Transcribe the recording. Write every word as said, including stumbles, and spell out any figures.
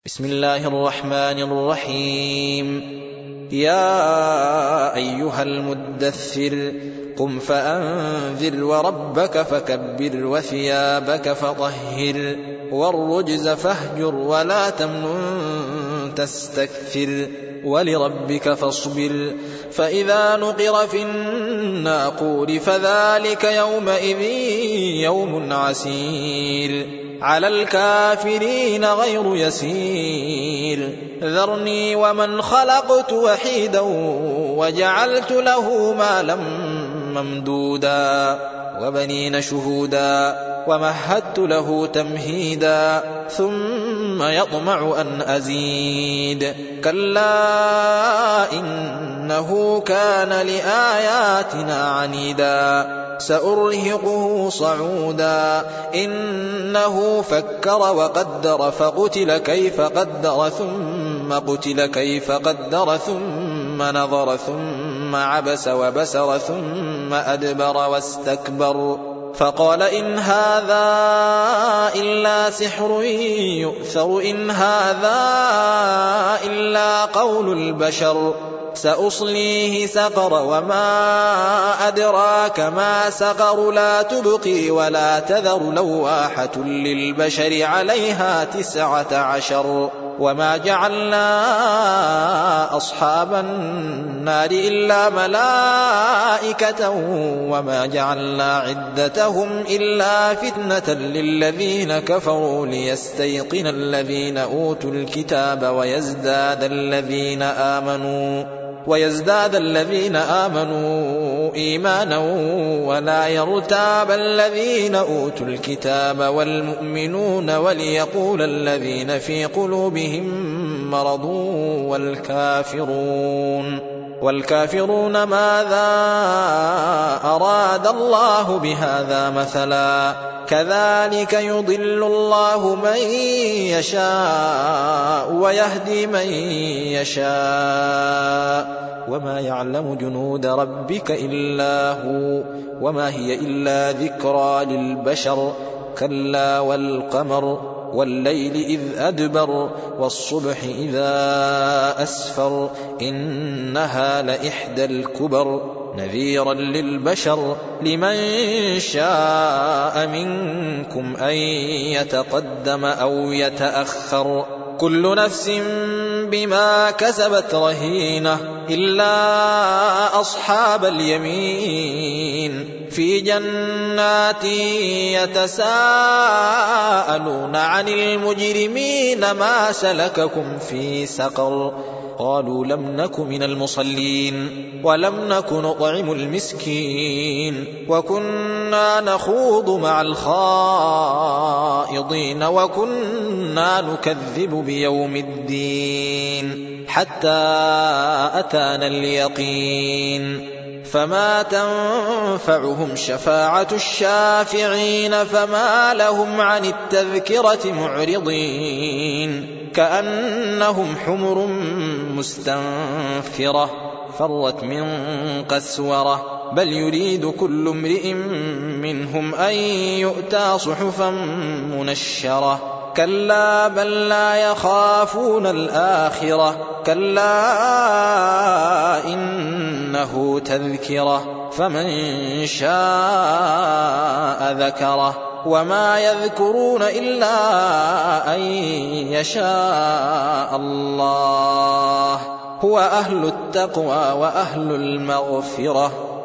بسم الله الرحمن الرحيم. يا أيها المدثر قم فأنذر وربك فكبر وثيابك فطهر والرجز فاهجر ولا تمنن تستكثر ولربك فاصبر فإذا نقر في الناقور فذلك يومئذ يوم عسير على الكافرين غير يسير ذرني ومن خلقت وحيدا وجعلت له مالا ممدودا وبنين شهودا ومهدت له تمهيدا ثم يطمع أن أزيد كلا إنه كان لآياتنا عنيدا سأرهقه صعودا إنه فكر وقدر فقتل كيف قدر ثم قتل كيف قدر ثم نظر ثم عبس وبسر ثم أدبر واستكبر فقال إن هذا إلا سحر يؤثر إن هذا إلا قول البشر سأصليه سقر وما أدراك ما سقر لا تبقي ولا تذر لواحة للبشر عليها تسعة عشر وما جعلنا أصحاب النار إلا ملائكة وما جعلنا عدتهم إلا فتنة للذين كفروا ليستيقن الذين أوتوا الكتاب ويزداد الذين آمنوا ويزداد الذين آمنوا إيمانا ولا يرتاب الذين أوتوا الكتاب والمؤمنون وليقول الذين في قلوبهم مرض والكافرون والكافرون ماذا أراد الله بهذا مثلا كذلك يضل الله من يشاء ويهدي من يشاء وما يعلم جنود ربك إلا هو وما هي إلا ذكرى للبشر كلا والقمر والليل إذ أدبر والصبح إذا أسفر إنها لإحدى الكبر نذيرا للبشر لمن شاء منكم أن يتقدم أو يتأخر كل نفس بما كسبت رهينة إلا أصحاب اليمين في جنات يتساءلون عن المجرمين ما سلككم في سقر قالوا لم نك من المصلين ولم نك نطعم المسكين وكنا نخوض مع الخائضين وكنا نكذب بيوم الدين حتى أتانا اليقين فما تنفعهم شفاعة الشافعين فما لهم عن التذكرة معرضين كأنهم حمر مستنفرة فرت من قسورة بل يريد كل امرئ منهم أن يؤتى صحفا منشرة كلا بل لا يخافون الآخرة كلا إنه تذكرة فمن شاء ذكره وما يذكرون إلا أن يشاء الله هو أهل التقوى وأهل المغفرة